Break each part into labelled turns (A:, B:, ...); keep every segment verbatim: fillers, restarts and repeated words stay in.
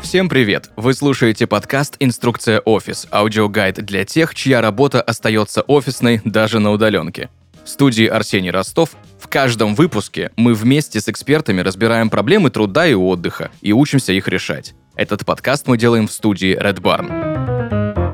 A: Всем привет! Вы слушаете подкаст «Инструкция Офис», аудиогайд для тех, чья работа остается офисной даже на удаленке. В студии Арсений Ростов. В каждом выпуске мы вместе с экспертами разбираем проблемы труда и отдыха и учимся их решать. Этот подкаст мы делаем в студии Red Barn.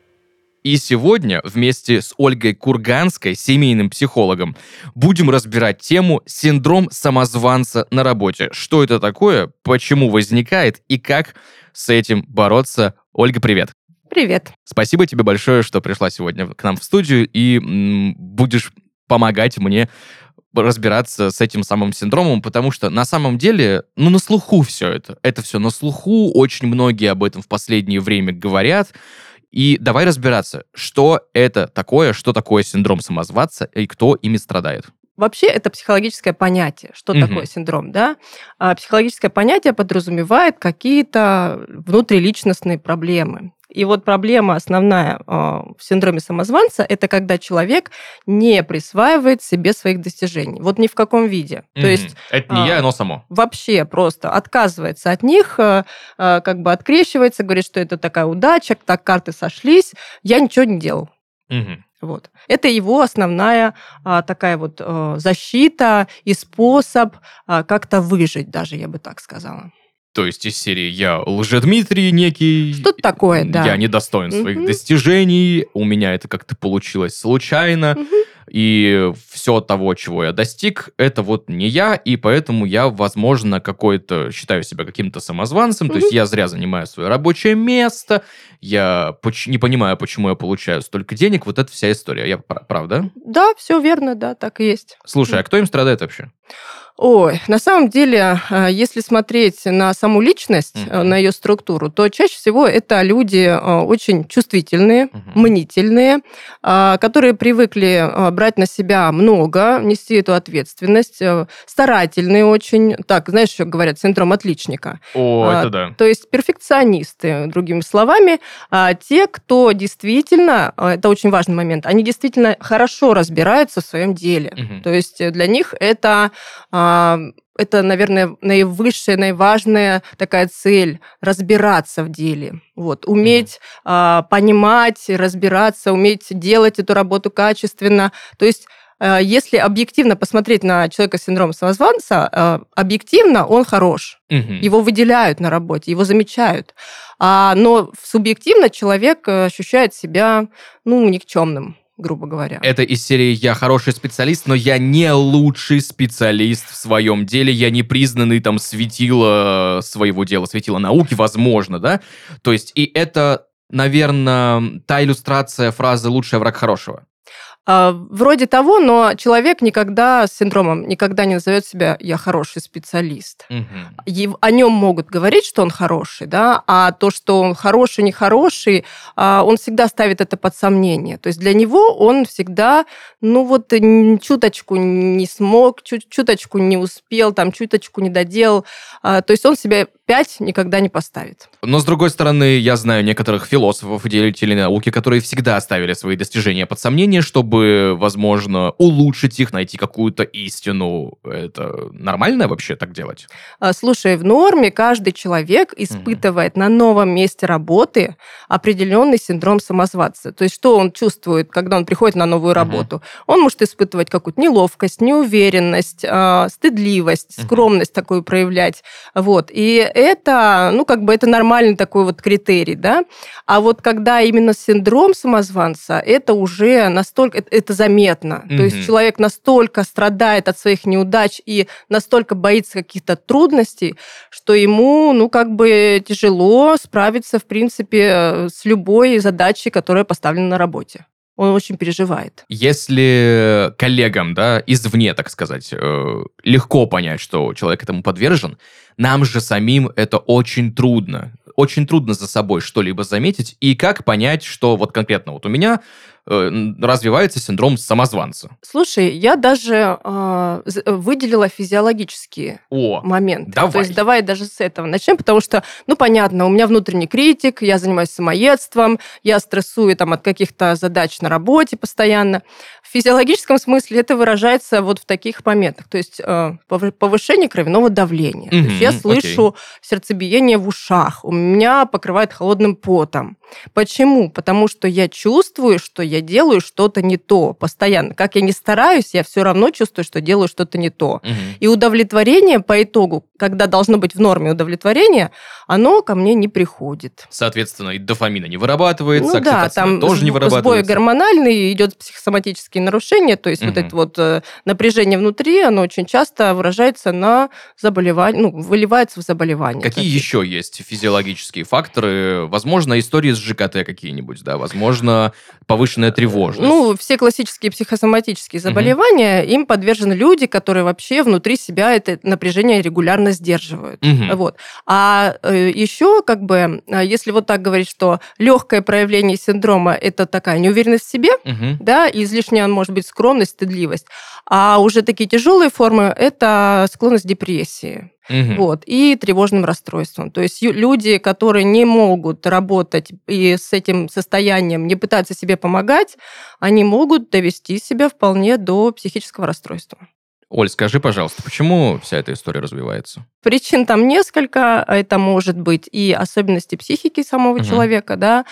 A: И сегодня вместе с Ольгой Курганской, семейным психологом, будем разбирать тему «Синдром самозванца на работе». Что это такое, почему возникает и как с этим бороться. Ольга, привет!
B: Привет!
A: Спасибо тебе большое, что пришла сегодня к нам в студию и м, будешь помогать мне разбираться с этим самым синдромом, потому что на самом деле, ну, на слуху все это. Это все на слуху, очень многие об этом в последнее время говорят. И давай разбираться, что это такое, что такое синдром самозванца и кто ими страдает.
B: Вообще это психологическое понятие, что
A: Мгм.
B: такое синдром, да? А психологическое понятие подразумевает какие-то внутриличностные проблемы. И вот проблема основная а, в синдроме самозванца – это когда человек не присваивает себе своих достижений. Вот ни в каком виде. То
A: Мгм.
B: есть
A: Это не
B: а,
A: я, оно само.
B: вообще просто отказывается от них, а, а, как бы открещивается, говорит, что это такая удача, так карты сошлись, я ничего не делал.
A: Мгм.
B: Вот. Это его основная а, такая вот а, защита и способ а, как-то выжить даже, я бы так сказала.
A: То есть из серии «Я Лжедмитрий некий».
B: Что-то такое, да.
A: Я недостоин своих
B: Мгм.
A: достижений, у меня это как-то получилось случайно,
B: Мгм.
A: и все того, чего я достиг, это вот не я, и поэтому я, возможно, какой-то, считаю себя каким-то самозванцем, то есть
B: Мгм.
A: я зря занимаю свое рабочее место, я поч- не понимаю, почему я получаю столько денег, вот это вся история. Я прав, правда?
B: Да, все верно, да, так и есть.
A: Слушай, а кто им страдает вообще?
B: Ой, на самом деле, а, если смотреть на саму личность, а,
A: Мгм.
B: на ее структуру, то чаще всего это люди а, очень чувствительные,
A: Мгм.
B: мнительные, а, которые привыкли а, брать на себя много, нести эту ответственность, а, старательные очень. Так, знаешь, еще говорят, синдром отличника.
A: О,
B: А,
A: это да.
B: То есть перфекционисты, другими словами, а, те, кто действительно, а, это очень важный момент, они действительно хорошо разбираются в своем деле.
A: Мгм.
B: То есть для них это, а, это, наверное, наивысшая, наиважная такая цель – разбираться в деле. Вот, уметь а, понимать, разбираться, уметь делать эту работу качественно. То есть а, если объективно посмотреть на человека с синдромом самозванца, а, объективно он хорош.
A: Мгм.
B: Его выделяют на работе, его замечают. А, но субъективно человек э, ощущает себя, ну, никчемным, грубо говоря.
A: Это из серии «Я хороший специалист, но я не лучший специалист в своем деле, я не признанный там светило своего дела, светило науки, возможно, да?» То есть и это, наверное, та иллюстрация фразы «лучший враг хорошего».
B: А, Вроде того, но человек никогда с синдромом никогда не назовет себя «я хороший специалист».
A: Мгм.
B: Ев- О нем могут говорить, что он хороший, да, а то, что он хороший, нехороший, а, он всегда ставит это под сомнение. То есть для него он всегда, ну вот, н- чуточку не смог, чуть- чуточку не успел, там, чуточку не доделал. А, То есть он себя пять никогда не поставит.
A: Но, с другой стороны, я знаю некоторых философов и деятелей науки, которые всегда ставили свои достижения под сомнение, чтобы, возможно, улучшить их, найти какую-то истину. Это нормально вообще так делать?
B: А, Слушай, в норме каждый человек испытывает на новом месте работы определенный синдром самозванца. То есть что он чувствует, когда он приходит на новую
A: Мгм.
B: работу? Он может испытывать какую-то неловкость, неуверенность, а, стыдливость,
A: Мгм.
B: скромность такую проявлять. Вот. И это, ну, как бы это нормальный такой вот критерий, да? А вот когда именно синдром самозванца, это уже настолько, это, это заметно. То есть
A: Мгм.
B: человек настолько страдает от своих неудач и настолько боится каких-то трудностей, что ему, ну, как бы тяжело справиться, в принципе, с любой задачей, которая поставлена на работе. Он очень переживает.
A: Если коллегам, да, извне, так сказать, э, легко понять, что человек этому подвержен, нам же самим это очень трудно. Очень трудно за собой что-либо заметить. И как понять, что вот конкретно вот у меня э, развивается синдром самозванца?
B: Слушай, я даже э, выделила физиологические
A: О,
B: моменты.
A: давай.
B: То есть давай даже с этого начнем, потому что, ну, понятно, у меня внутренний критик, я занимаюсь самоедством, я стрессую там от каких-то задач на работе постоянно. В физиологическом смысле это выражается вот в таких моментах. То есть э, повышение кровяного давления.
A: Мгм,
B: То есть я слышу
A: окей.
B: сердцебиение в ушах, у меня покрывает холодным потом. Почему? Потому что я чувствую, что я делаю что-то не то постоянно. Как я не стараюсь, я все равно чувствую, что делаю что-то не то.
A: Мгм.
B: И удовлетворение по итогу, когда должно быть в норме удовлетворение, оно ко мне не приходит.
A: Соответственно, и дофамина не вырабатывается,
B: Ну да,
A: окситоцина
B: там
A: тоже не
B: сбой
A: вырабатывается.
B: гормональный, идет психосоматические нарушения, то есть
A: Мгм.
B: вот это вот э, напряжение внутри, оно очень часто выражается на заболевание, ну, выливается в заболевания.
A: Какие
B: какие-то.
A: еще есть физиологические факторы? Возможно, истории с ЖКТ какие-нибудь, да? Возможно, повышенная тревожность.
B: Ну, все классические психосоматические заболевания, им подвержены люди, которые вообще внутри себя это напряжение регулярно сдерживают.
A: Мгм.
B: Вот. А э, еще, как бы, э, если вот так говорить, что легкое проявление синдрома – это такая неуверенность в себе,
A: Мгм.
B: да, и излишняя, может быть, скромность, стыдливость. А уже такие тяжелые формы – это склонность к депрессии.
A: Мгм.
B: Вот, и тревожным расстройством. То есть ю- люди, которые не могут работать и с этим состоянием не пытаются себе помогать, они могут довести себя вполне до психического расстройства.
A: Оль, скажи, пожалуйста, почему вся эта история развивается?
B: Причин там несколько. Это может быть и особенности психики самого
A: Мгм.
B: человека, да.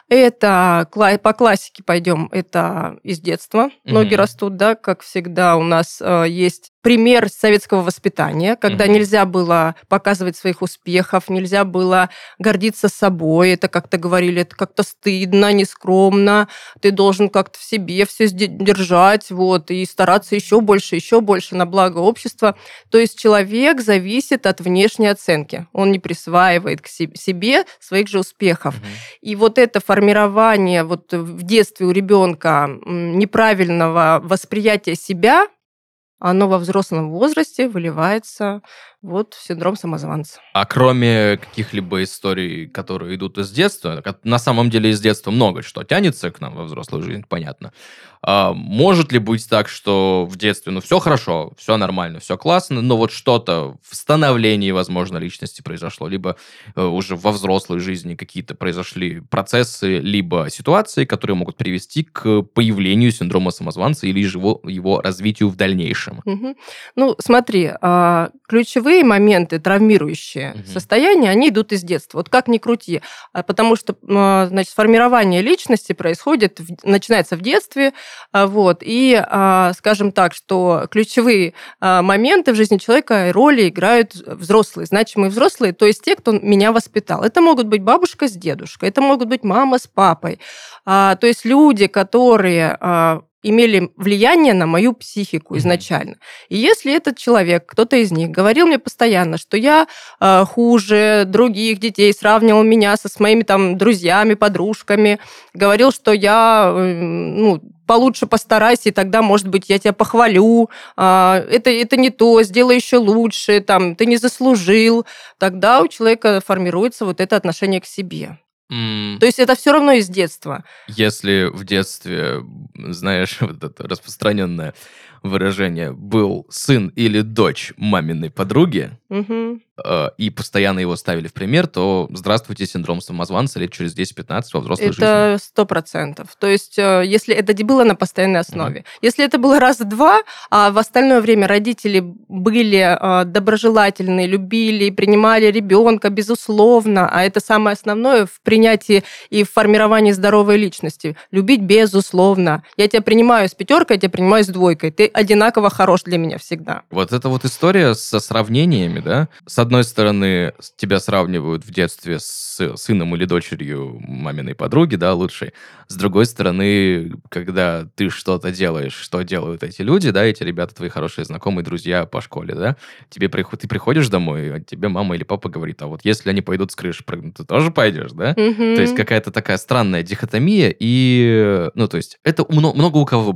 B: Это кла- по классике пойдем, это из детства. Ноги
A: Мгм.
B: растут, да, как всегда у нас э, есть пример советского воспитания, когда
A: Мгм.
B: нельзя было показывать своих успехов, нельзя было гордиться собой. Это как-то говорили, это как-то стыдно, нескромно. Ты должен как-то в себе все держать, вот, и стараться еще больше, еще больше на благо общества. То есть человек зависит от внешней оценки. Он не присваивает к се- себе своих же успехов.
A: Мгм.
B: И вот это формирование вот в детстве у ребенка неправильного восприятия себя, оно во взрослом возрасте выливается вот в синдром самозванца.
A: А кроме каких-либо историй, которые идут из детства, ко- на самом деле из детства много что тянется к нам во взрослую жизнь, понятно. А может ли быть так, что в детстве, ну, все хорошо, все нормально, все классно, но вот что-то в становлении, возможно, личности произошло, либо э, уже во взрослой жизни какие-то произошли процессы, либо ситуации, которые могут привести к появлению синдрома самозванца или же его, его развитию в дальнейшем?
B: Мгм. Ну, смотри, а, ключевые моменты, травмирующие
A: Мгм.
B: состояния, они идут из детства. Вот как ни крути. А, Потому что, а, значит, формирование личности происходит, в- начинается в детстве, а, вот, и, а, скажем так, что ключевые а, моменты в жизни человека, роли играют взрослые, значимые взрослые, то есть те, кто меня воспитал. Это могут быть бабушка с дедушкой, это могут быть мама с папой. А, То есть люди, которые а, имели влияние на мою психику
A: Мгм.
B: изначально. И если этот человек, кто-то из них, говорил мне постоянно, что я э, хуже других детей, сравнивал меня со с моими там друзьями, подружками, говорил, что я э, ну, получше постарайся, и тогда, может быть, я тебя похвалю, а, это, это не то, сделай еще лучше, там, ты не заслужил, тогда у человека формируется вот это отношение к себе.
A: М,
B: То есть это все равно из детства.
A: Если в детстве, знаешь, вот это распространенное выражение, был сын или дочь маминой подруги,
B: Мгм.
A: э, и постоянно его ставили в пример, то здравствуйте, синдром самозванца лет через десять-пятнадцать во взрослой жизни.
B: Это сто процентов. То есть, э, если это де- было на постоянной основе. Если это было раза два, а в остальное время родители были э, доброжелательны, любили, принимали ребенка, безусловно, а это самое основное в принятии и в формировании здоровой личности. Любить безусловно. Я тебя принимаю с пятеркой, я тебя принимаю с двойкой. Ты одинаково хорош для меня всегда.
A: Вот эта вот история со сравнениями, да? С одной стороны, с- тебя сравнивают в детстве с сыном или дочерью маминой подруги, да, лучшей. С другой стороны, когда ты что-то делаешь, что делают эти люди, да, эти ребята, твои хорошие знакомые, друзья по школе, да, тебе приход- ты приходишь домой, а тебе мама или папа говорит, а вот если они пойдут с крыши прыгнут, ты тоже пойдешь, да? То есть
B: Мгм.
A: какая-то такая странная дихотомия, и, ну, то есть это у мно- много у кого было.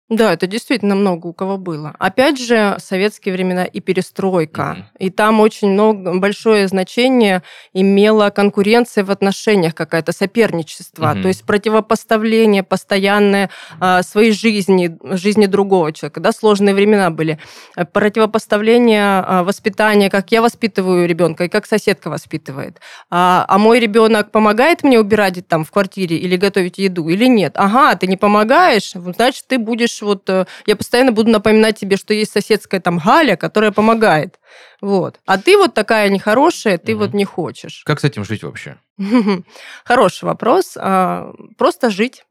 B: Да, это действительно много у кого было. Опять же, советские времена и перестройка. Mm-hmm. И там очень много, большое значение имела конкуренция в отношениях, какая-то соперничество. Mm-hmm. То есть противопоставление постоянное а, своей жизни, жизни другого человека. Да, сложные времена были. Противопоставление а, воспитания, как я воспитываю ребенка и как соседка воспитывает. А, а мой ребенок помогает мне убирать там в квартире или готовить еду, или нет? Ага, ты не помогаешь, значит, ты будешь вот... Я постоянно буду напоминать тебе, что есть соседская там Галя, которая помогает. Вот. А ты вот такая нехорошая, ты угу. вот не хочешь.
A: Как с этим жить вообще?
B: Хороший вопрос. Просто жить.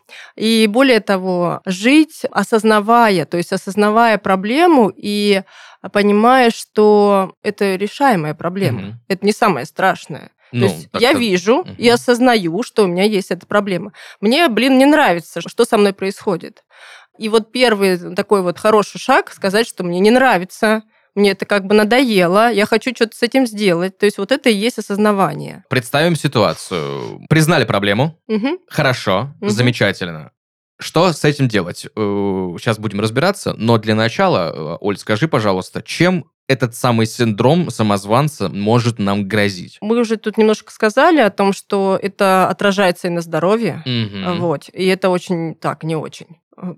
B: И более того, жить, осознавая, то есть осознавая проблему и понимая, что это решаемая проблема. Угу. Это не самое страшное.
A: Ну,
B: то есть я
A: так...
B: вижу угу. и осознаю, что у меня есть эта проблема. Мне, блин, не нравится, что со мной происходит. И вот первый такой вот хороший шаг сказать, что мне не нравится, мне это как бы надоело, я хочу что-то с этим сделать. То есть вот это и есть осознавание.
A: Представим ситуацию. Признали проблему.
B: Угу.
A: Хорошо,
B: угу.
A: замечательно. Что с этим делать? Сейчас будем разбираться, но для начала, Оль, скажи, пожалуйста, чем этот самый синдром самозванца может нам грозить?
B: Мы уже тут немножко сказали о том, что это отражается и на здоровье,
A: угу.
B: вот, и это очень так, не очень.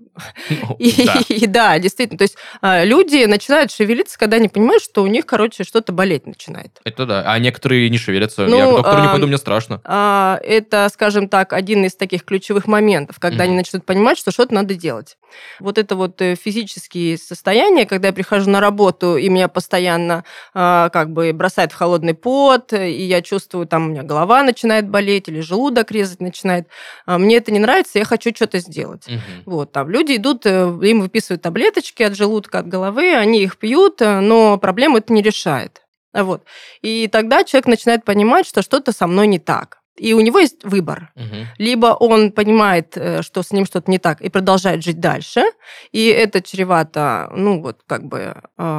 A: Ну,
B: и,
A: да.
B: и да, действительно, то есть люди начинают шевелиться, когда они понимают, что у них, короче, что-то болеть начинает.
A: Это да, а некоторые не шевелятся.
B: Ну,
A: я к доктору
B: а,
A: не пойду, мне страшно.
B: А, это, скажем так, один из таких ключевых моментов, когда mm-hmm. они начнут понимать, что что-то надо делать. Вот это вот физические состояния, когда я прихожу на работу, и меня постоянно а, как бы бросает в холодный пот, и я чувствую, там у меня голова начинает болеть, или желудок резать начинает. А, мне это не нравится, я хочу что-то сделать. Mm-hmm. Вот. Там люди идут, им выписывают таблеточки от желудка, от головы, они их пьют, но проблему это не решает. Вот. И тогда человек начинает понимать, что что-то со мной не так. И у него есть выбор. Угу. Либо он понимает, что с ним что-то не так, и продолжает жить дальше, и это чревато, ну, вот, как бы...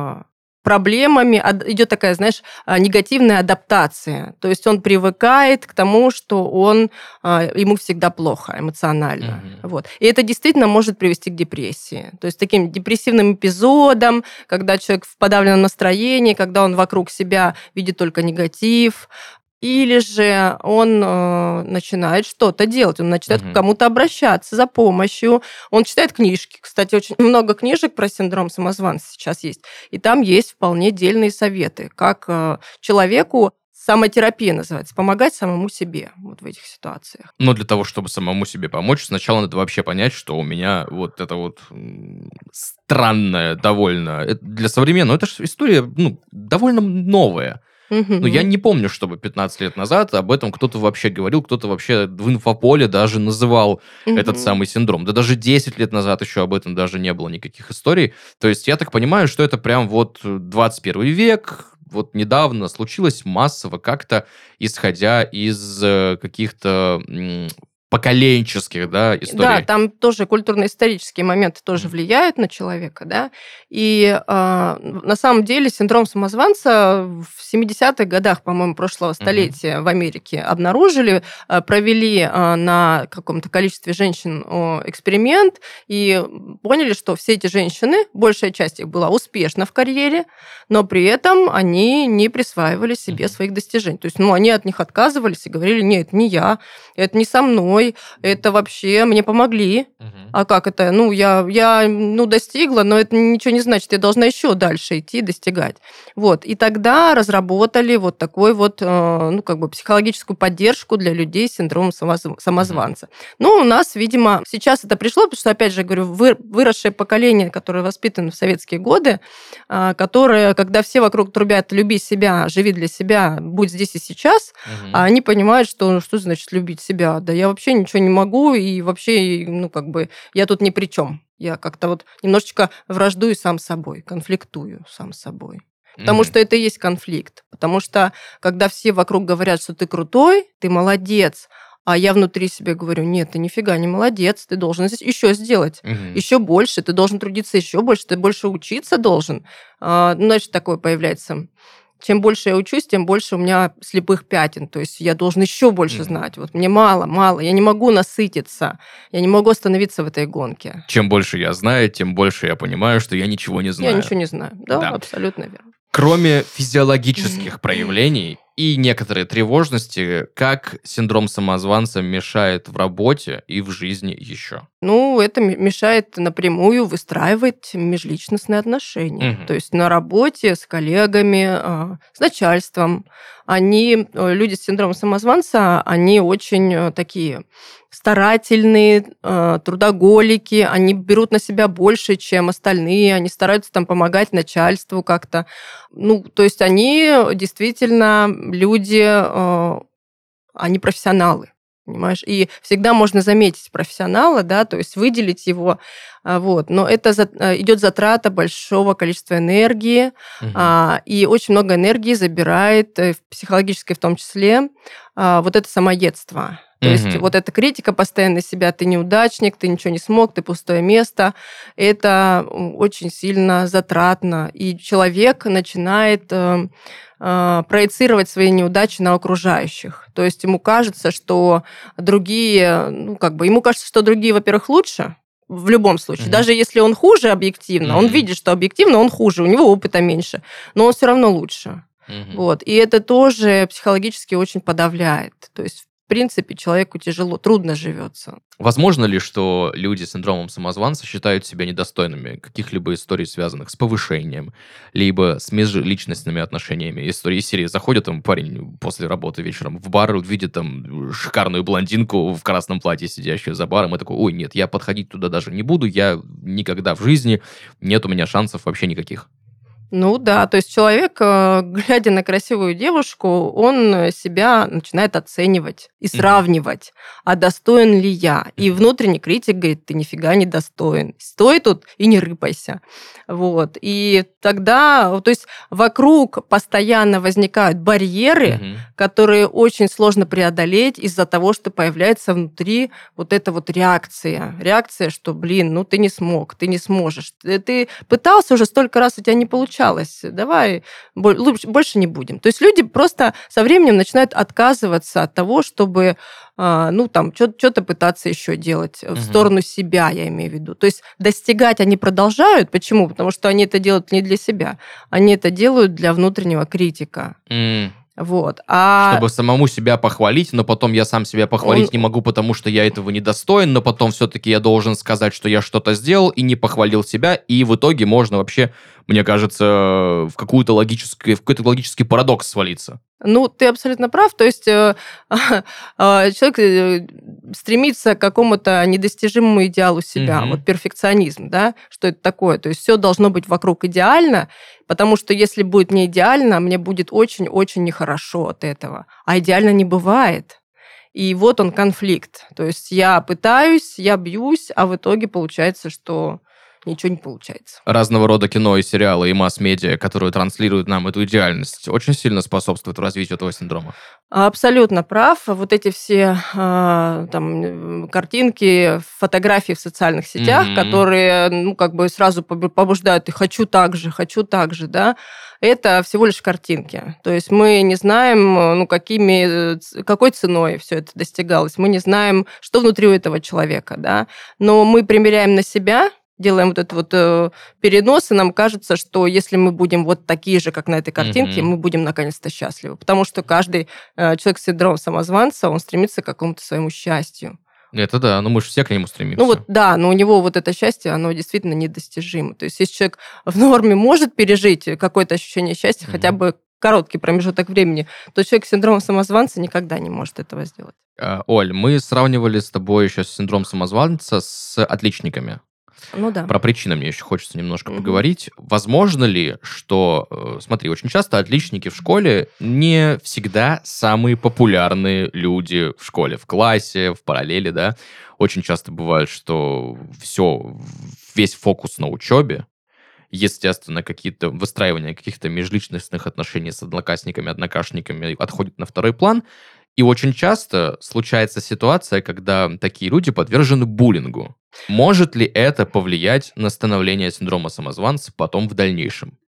B: проблемами, идет такая, знаешь, негативная адаптация. То есть он привыкает к тому, что он, ему всегда плохо эмоционально. Mm-hmm. Вот. И это действительно может привести к депрессии. То есть таким депрессивным эпизодом, когда человек в подавленном настроении, когда он вокруг себя видит только негатив. Или же он э, начинает что-то делать, он начинает угу. к кому-то обращаться за помощью, он читает книжки. Кстати, очень много книжек про синдром самозванца сейчас есть, и там есть вполне дельные советы, как э, человеку, самотерапия называется, помогать самому себе вот в этих ситуациях.
A: Но для того, чтобы самому себе помочь, сначала надо вообще понять, что у меня вот это вот странное довольно, для современного, это же история ну, довольно новая.
B: Угу.
A: Ну, я не помню, чтобы пятнадцать лет назад об этом кто-то вообще говорил, кто-то вообще в инфополе даже называл угу. этот самый синдром. Да даже десять лет назад еще об этом даже не было никаких историй. То есть я так понимаю, что это прям вот двадцать первый век, вот недавно случилось массово как-то, исходя из каких-то... поколенческих, да, историй.
B: Да, там тоже культурно-исторические моменты тоже влияют на человека, да, и э, на самом деле синдром самозванца в семидесятых годах, по-моему, прошлого столетия mm-hmm. в Америке обнаружили, э, провели э, на каком-то количестве женщин э, эксперимент и поняли, что все эти женщины, большая часть их была успешна в карьере, но при этом они не присваивали себе mm-hmm. своих достижений. То есть, ну, они от них отказывались и говорили, нет, это не я, это не со мной, это вообще мне помогли. Угу. А как это? Ну, я, я ну, достигла, но это ничего не значит. Я должна еще дальше идти, достигать. Вот. И тогда разработали вот такой вот, ну, как бы психологическую поддержку для людей с синдромом самозванца. Угу. Ну, у нас, видимо, сейчас это пришло, потому что, опять же, говорю, выросшее поколение, которое воспитано в советские годы, которое, когда все вокруг трубят «люби себя, живи для себя, будь здесь и сейчас», угу. они понимают, что что значит любить себя? Да я вообще ничего не могу, и вообще, ну, как бы, я тут ни при чем. Я как-то вот немножечко враждую сам с собой, конфликтую сам с собой. Потому mm-hmm. что это и есть конфликт. Потому что, когда все вокруг говорят, что ты крутой, ты молодец, а я внутри себе говорю, нет, ты нифига не молодец, ты должен еще сделать, mm-hmm. еще больше, ты должен трудиться еще больше, ты больше учиться должен. А, значит, такое появляется чем больше я учусь, тем больше у меня слепых пятен. То есть я должен еще больше mm-hmm. знать. Вот мне мало, мало. Я не могу насытиться. Я не могу остановиться в этой гонке.
A: Чем больше я знаю, тем больше я понимаю, что я ничего не знаю.
B: Я ничего не знаю. Да, да. Абсолютно верно.
A: Кроме физиологических проявлений и некоторой тревожности, как синдром самозванца мешает в работе и в жизни еще?
B: Ну, это мешает напрямую выстраивать межличностные отношения. Угу. То есть на работе с коллегами, с начальством. Они, люди с синдромом самозванца, они очень такие старательные, трудоголики, они берут на себя больше, чем остальные, они стараются там помогать начальству как-то. Ну, то есть они действительно люди, они профессионалы. Понимаешь? И всегда можно заметить профессионала, да, то есть выделить его, вот. Но это за, идет затрата большого количества энергии, угу. а, и очень много энергии забирает, психологической в том числе, а, вот это самоедство. То угу. есть вот эта критика постоянно себя, ты неудачник, ты ничего не смог, ты пустое место, это очень сильно затратно. И человек начинает проецировать свои неудачи на окружающих. То есть ему кажется, что другие, ну, как бы, ему кажется, что другие, во-первых, лучше, в любом случае. Mm-hmm. Даже если он хуже объективно, mm-hmm. он видит, что объективно он хуже, у него опыта меньше, но он все равно лучше. Mm-hmm. Вот. И это тоже психологически очень подавляет. То есть, в принципе, человеку тяжело, трудно живется.
A: Возможно ли, что люди с синдромом самозванца считают себя недостойными каких-либо историй, связанных с повышением, либо с межличностными отношениями? Истории серии заходит там парень после работы вечером в бар, видит там шикарную блондинку в красном платье, сидящую за баром, и такой: ой, нет, я подходить туда даже не буду, я никогда в жизни, нет у меня шансов вообще никаких.
B: Ну да, то есть человек, глядя на красивую девушку, он себя начинает оценивать и сравнивать, mm-hmm. а достоин ли я. И внутренний критик говорит: ты нифига не достоин. Стой тут и не рыпайся. Вот. И тогда, то есть вокруг постоянно возникают барьеры, mm-hmm. которые очень сложно преодолеть из-за того, что появляется внутри вот эта вот реакция. Реакция, что, блин, ну ты не смог, ты не сможешь. Ты пытался уже столько раз, у тебя не получалось. Давай больше не будем. То есть люди просто со временем начинают отказываться от того, чтобы, ну, там, что-то пытаться еще делать в сторону себя, я имею в виду. То есть достигать они продолжают. Почему? Потому что они это делают не для себя. Они это делают для внутреннего критика.
A: Mm.
B: Вот. А...
A: Чтобы самому себя похвалить, но потом я сам себя похвалить Он... не могу, потому что я этого недостоин, но потом все-таки я должен сказать, что я что-то сделал и не похвалил себя, и в итоге можно вообще, мне кажется, в какую-то логическую, в какой-то логический парадокс свалиться.
B: Ну, ты абсолютно прав. То есть э, э, человек стремится к какому-то недостижимому идеалу себя. Mm-hmm. Вот перфекционизм, да, что это такое? То есть все должно быть вокруг идеально, потому что если будет не идеально, мне будет очень-очень нехорошо от этого. А идеально не бывает. И вот он конфликт. То есть я пытаюсь, я бьюсь, а в итоге получается, что ничего не получается.
A: Разного рода кино и сериалы, и масс-медиа, которые транслируют нам эту идеальность, очень сильно способствуют развитию этого синдрома.
B: Абсолютно прав. Вот эти все э, там, картинки, фотографии в социальных сетях, mm-hmm. которые, ну, как бы сразу побуждают: и хочу так же, хочу так же, да, это всего лишь картинки. То есть мы не знаем, ну, какими, какой ценой все это достигалось, мы не знаем, что внутри у этого человека, да, но мы примеряем на себя, делаем вот этот вот э, перенос, и нам кажется, что если мы будем вот такие же, как на этой картинке, mm-hmm. мы будем наконец-то счастливы. Потому что каждый э, человек с синдромом самозванца, он стремится к какому-то своему счастью.
A: Это да, но мы же все к нему стремимся.
B: Ну вот да, но у него вот это счастье, оно действительно недостижимо. То есть если человек в норме может пережить какое-то ощущение счастья, mm-hmm. хотя бы короткий промежуток времени, то человек с синдромом самозванца никогда не может этого сделать.
A: Оль, мы сравнивали с тобой еще синдром самозванца с отличниками.
B: Ну да.
A: Про причины мне еще хочется немножко mm-hmm. поговорить. Возможно ли, что... Смотри, очень часто отличники в школе не всегда самые популярные люди в школе, в классе, в параллели, да? Очень часто бывает, что все, весь фокус на учебе, естественно, какие-то выстраивания каких-то межличностных отношений с одноклассниками, однокашниками отходит на второй план. И очень часто случается ситуация, когда такие люди подвержены буллингу. Может ли это повлиять на становление синдрома самозванца потом в дальнейшем?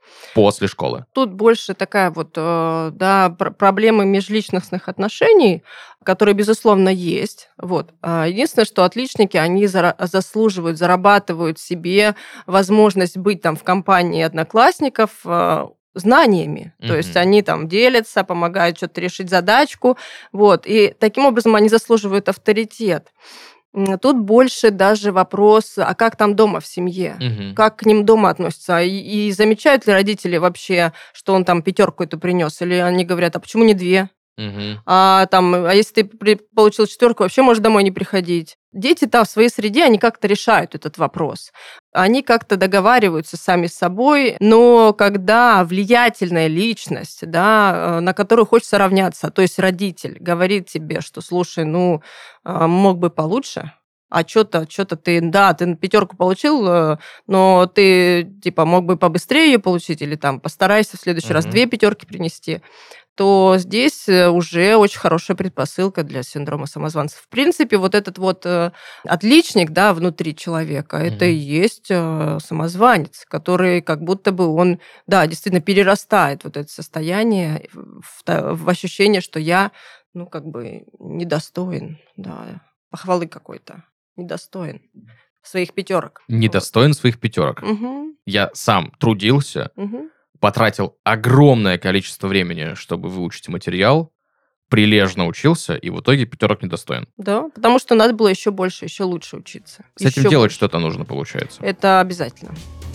A: После школы.
B: Тут больше такая вот, да, проблема межличностных отношений, которые, безусловно, есть. Вот. Единственное, что отличники, они заслуживают, зарабатывают себе возможность быть там в компании одноклассников знаниями. Mm-hmm. То есть они там делятся, помогают что-то решить задачку. Вот. И таким образом они заслуживают авторитет. Тут больше даже вопрос, а как там дома в семье? Угу. Как к ним дома относятся? И, и замечают ли родители вообще, что он там пятерку эту принес? Или они говорят, а почему не две? Угу. А, там, а если ты получил четверку, вообще можешь домой не приходить. Дети там в своей среде, они как-то решают этот вопрос. Они как-то договариваются сами с собой, но когда влиятельная личность, да, на которую хочется равняться, то есть родитель говорит тебе, что, слушай, ну, мог бы получше, а что-то, что-то ты, да, ты пятерку получил, но ты, типа, мог бы побыстрее ее получить, или там постарайся в следующий mm-hmm. раз две пятерки принести, то здесь уже очень хорошая предпосылка для синдрома самозванца. В принципе, вот этот вот отличник, да, внутри человека, mm-hmm. это и есть самозванец, который как будто бы он, да, действительно перерастает вот это состояние в, в ощущение, что я, ну, как бы недостоин, да, похвалы какой-то, недостоин своих пятерок.
A: Недостоин вот. своих пятерок.
B: Угу.
A: Я сам трудился,
B: угу.
A: потратил огромное количество времени, чтобы выучить материал, прилежно учился, и в итоге пятерок недостоин.
B: Да, потому что надо было еще больше, еще лучше учиться.
A: С этим
B: еще
A: делать
B: больше.
A: Что-то нужно, получается.
B: Это обязательно.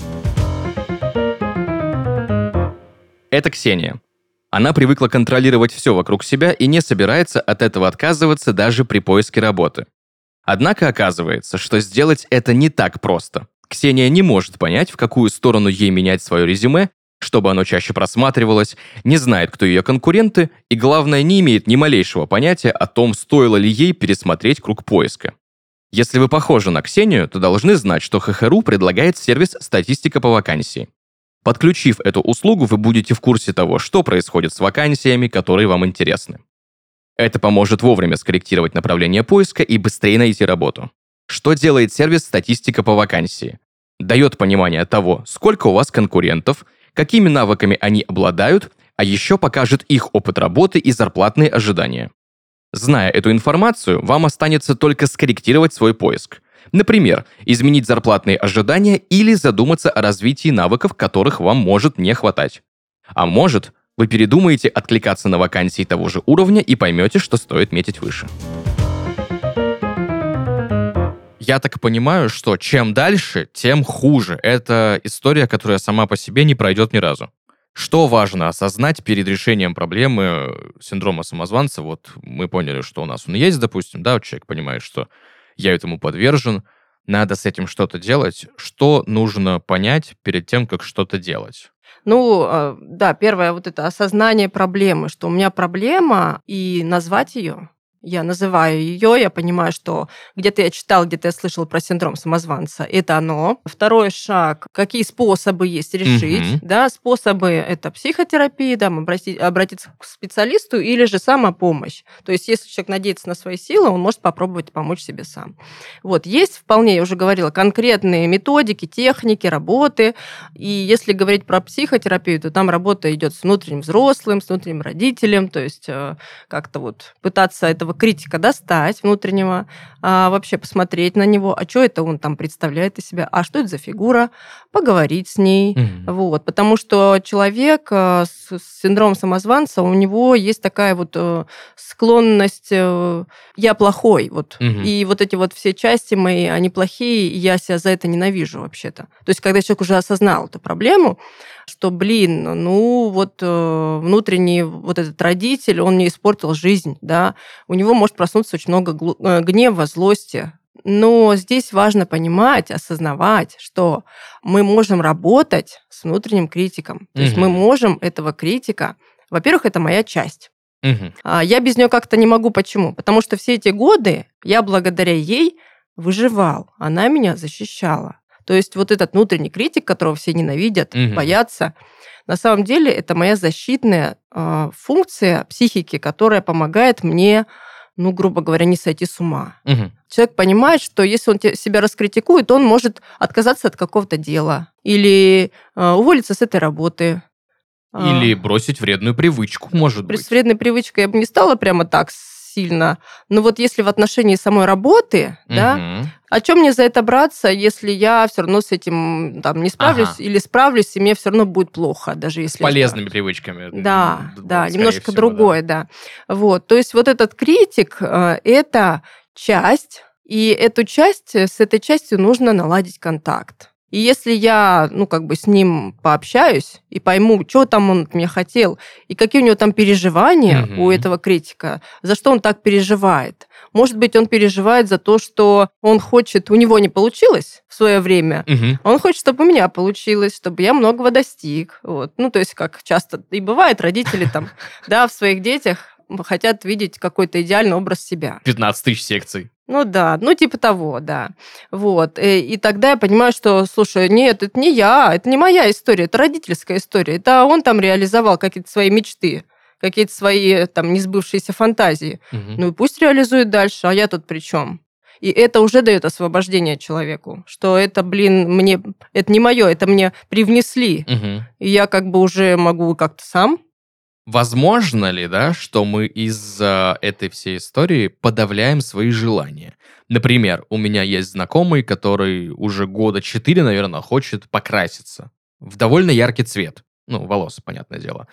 A: Это Ксения. Она привыкла контролировать все вокруг себя и не собирается от этого отказываться даже при поиске работы. Однако оказывается, что сделать это не так просто. Ксения не может понять, в какую сторону ей менять свое резюме, чтобы оно чаще просматривалось, не знает, кто ее конкуренты, и, главное, не имеет ни малейшего понятия о том, стоило ли ей пересмотреть круг поиска. Если вы похожи на Ксению, то должны знать, что ха ха ру предлагает сервис «Статистика по вакансии». Подключив эту услугу, вы будете в курсе того, что происходит с вакансиями, которые вам интересны. Это поможет вовремя скорректировать направление поиска и быстрее найти работу. Что делает сервис «Статистика по вакансии»? Дает понимание того, сколько у вас конкурентов, какими навыками они обладают, а еще покажет их опыт работы и зарплатные ожидания. Зная эту информацию, вам останется только скорректировать свой поиск. Например, изменить зарплатные ожидания или задуматься о развитии навыков, которых вам может не хватать. А может, вы передумаете откликаться на вакансии того же уровня и поймете, что стоит метить выше. Я так понимаю, что чем дальше, тем хуже. Это история, которая сама по себе не пройдет ни разу. Что важно осознать перед решением проблемы синдрома самозванца? Вот мы поняли, что у нас он есть, допустим, да, вот человек понимает, что я этому подвержен, надо с этим что-то делать. Что нужно понять перед тем, как что-то делать?
B: Ну, да, первое, вот это осознание проблемы, что у меня проблема, и назвать ее. Я называю ее, я понимаю, что где-то я читал, где-то я слышал про синдром самозванца. Это оно. Второй шаг. Какие способы есть решить? Угу. Да, способы – это психотерапия, да, обратить, обратиться к специалисту или же самопомощь. То есть, если человек надеется на свои силы, он может попробовать помочь себе сам. Вот. Есть вполне, я уже говорила, конкретные методики, техники, работы. И если говорить про психотерапию, то там работа идет с внутренним взрослым, с внутренним родителем, то есть как-то вот пытаться этого критика достать внутреннего, а, вообще посмотреть на него, а что это он там представляет из себя, а что это за фигура, поговорить с ней. Mm-hmm. Вот, потому что человек с, с синдромом самозванца, у него есть такая вот склонность «я плохой». Вот. Mm-hmm. И вот эти вот все части мои, они плохие, и я себя за это ненавижу вообще-то. То есть, когда человек уже осознал эту проблему, что, блин, ну вот внутренний вот этот родитель, он мне испортил жизнь, да, у него может проснуться очень много гнева, злости. Но здесь важно понимать, осознавать, что мы можем работать с внутренним критиком. То mm-hmm. есть мы можем этого критика... Во-первых, это моя часть. Mm-hmm. Я без нее как-то не могу. Почему? Потому что все эти годы я благодаря ей выживал. Она меня защищала. То есть вот этот внутренний критик, которого все ненавидят, mm-hmm. боятся, на самом деле это моя защитная э, функция психики, которая помогает мне ну, грубо говоря, не сойти с ума.
A: Угу.
B: Человек понимает, что если он себя раскритикует, он может отказаться от какого-то дела или э, уволиться с этой работы.
A: Или бросить вредную привычку, может быть.
B: С вредной привычкой я бы не стала прямо так сильно. Но вот если в отношении самой работы, угу. да, о чем мне за это браться, если я все равно с этим там, не справлюсь ага. или справлюсь, и мне все равно будет плохо, даже если...
A: С полезными привычками.
B: Да, да, немножко всего, другое, да. да. Вот, то есть вот этот критик – это часть, и эту часть, с этой частью нужно наладить контакт. И если я, ну, как бы с ним пообщаюсь и пойму, что там он от меня хотел, и какие у него там переживания mm-hmm. у этого критика, за что он так переживает. Может быть, он переживает за то, что он хочет, у него не получилось в свое время, mm-hmm. он хочет, чтобы у меня получилось, чтобы я многого достиг. Вот. Ну, то есть, как часто и бывает, родители там, да, в своих детях хотят видеть какой-то идеальный образ себя.
A: пятнадцать тысяч секций.
B: Ну да, ну типа того, да. Вот. И, и тогда я понимаю, что, слушай, нет, это не я, это не моя история, это родительская история. Это он там реализовал какие-то свои мечты, какие-то свои там несбывшиеся фантазии. Угу. Ну и пусть реализует дальше, а я тут при чем? И это уже дает освобождение человеку, что это, блин, мне, это не мое, это мне привнесли. Угу. И я как бы уже могу как-то сам.
A: Возможно ли, да, что мы из-за этой всей истории подавляем свои желания? Например, у меня есть знакомый, который уже года четыре, наверное, хочет покраситься в довольно яркий цвет. Ну, волос, понятное дело.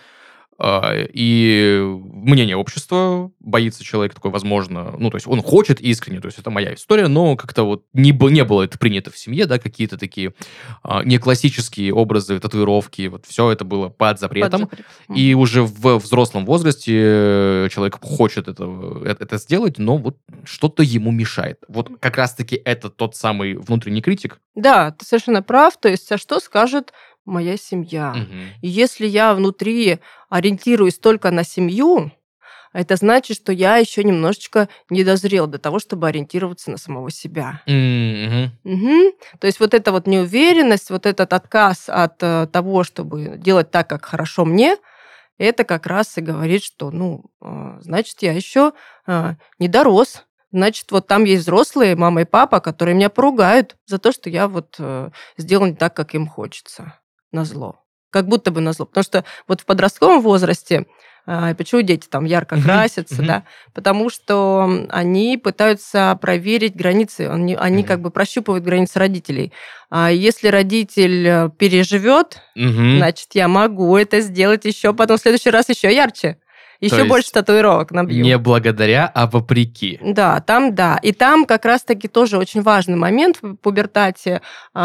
A: И мнение общества, боится человек такой, возможно, ну, то есть он хочет искренне, то есть это моя история, но как-то вот не, не было это принято в семье, да, какие-то такие а, не классические образы, татуировки, вот все это было под запретом, под запрет. И уже в взрослом возрасте человек хочет это, это сделать, но вот что-то ему мешает. Вот как раз-таки это тот самый внутренний критик.
B: Да, ты совершенно прав, то есть, а что скажет моя семья. Угу. И если я внутри ориентируюсь только на семью, это значит, что я еще немножечко не дозрел до того, чтобы ориентироваться на самого себя.
A: Угу.
B: Угу. То есть вот эта вот неуверенность, вот этот отказ от э, того, чтобы делать так, как хорошо мне, это как раз и говорит, что, ну, э, значит, я еще э, не дорос. Значит, вот там есть взрослые, мама и папа, которые меня поругают за то, что я вот э, сделал не так, как им хочется. Назло. Как будто бы назло. Потому что вот в подростковом возрасте, э, почему дети там ярко красятся, mm-hmm. да, потому что они пытаются проверить границы, они, они mm-hmm. как бы прощупывают границы родителей. А если родитель переживет, mm-hmm. значит, я могу это сделать еще потом в следующий раз еще ярче. Еще больше татуировок набью.
A: Не благодаря, а вопреки.
B: Да, там да. И там как раз-таки тоже очень важный момент в пубертате.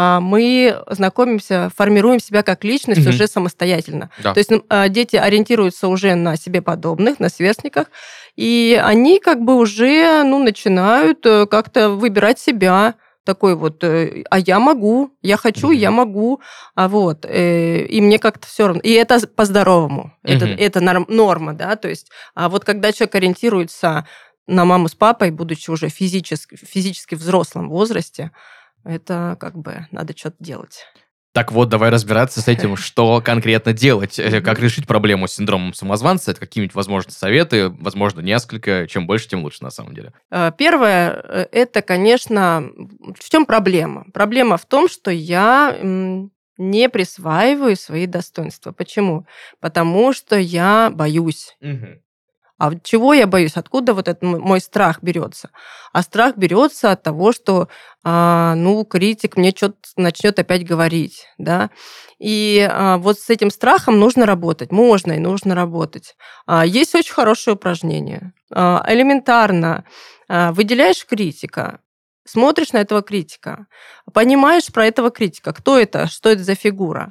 B: Мы знакомимся, формируем себя как личность угу. уже самостоятельно. Да. То есть дети ориентируются уже на себе подобных, на сверстниках, и они как бы уже ну, начинают как-то выбирать себя. Такой вот, а я могу, я хочу, mm-hmm. я могу, а вот, и мне как-то все равно. И это по-здоровому, mm-hmm. это, это норма, да, то есть, а вот когда человек ориентируется на маму с папой, будучи уже физически, физически взрослом возрасте, это как бы надо что-то делать.
A: Так вот, давай разбираться с этим, что конкретно делать, как решить проблему с синдромом самозванца, это какие-нибудь, возможно, советы, возможно, несколько, чем больше, тем лучше, на самом деле.
B: Первое, это, конечно, в чем проблема? Проблема в том, что я не присваиваю свои достоинства. Почему? Потому что я боюсь.
A: Угу.
B: А чего я боюсь? Откуда вот этот мой страх берется? А страх берется от того, что, а, ну, критик мне что-то начнет опять говорить, да. И а, вот с этим страхом нужно работать, можно и нужно работать. А, есть очень хорошее упражнение. А, элементарно а, выделяешь критика, смотришь на этого критика, понимаешь про этого критика, кто это, что это за фигура.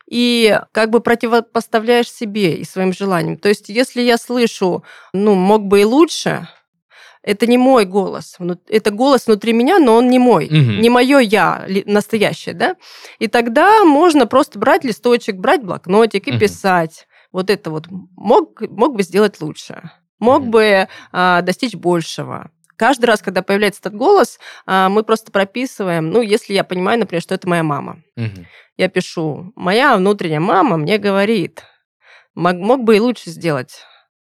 B: И как бы противопоставляешь себе и своим желаниям. То есть, если я слышу, ну, мог бы и лучше, это не мой голос. Это голос внутри меня, но он не мой. Угу. Не мое я настоящее, да? И тогда можно просто брать листочек, брать блокнотик и угу. писать. Вот это вот мог, мог бы сделать лучше. Мог угу. бы а, достичь большего. Каждый раз, когда появляется этот голос, мы просто прописываем, ну, если я понимаю, например, что это моя мама. Угу. Я пишу, моя внутренняя мама мне говорит, мог, мог бы и лучше сделать.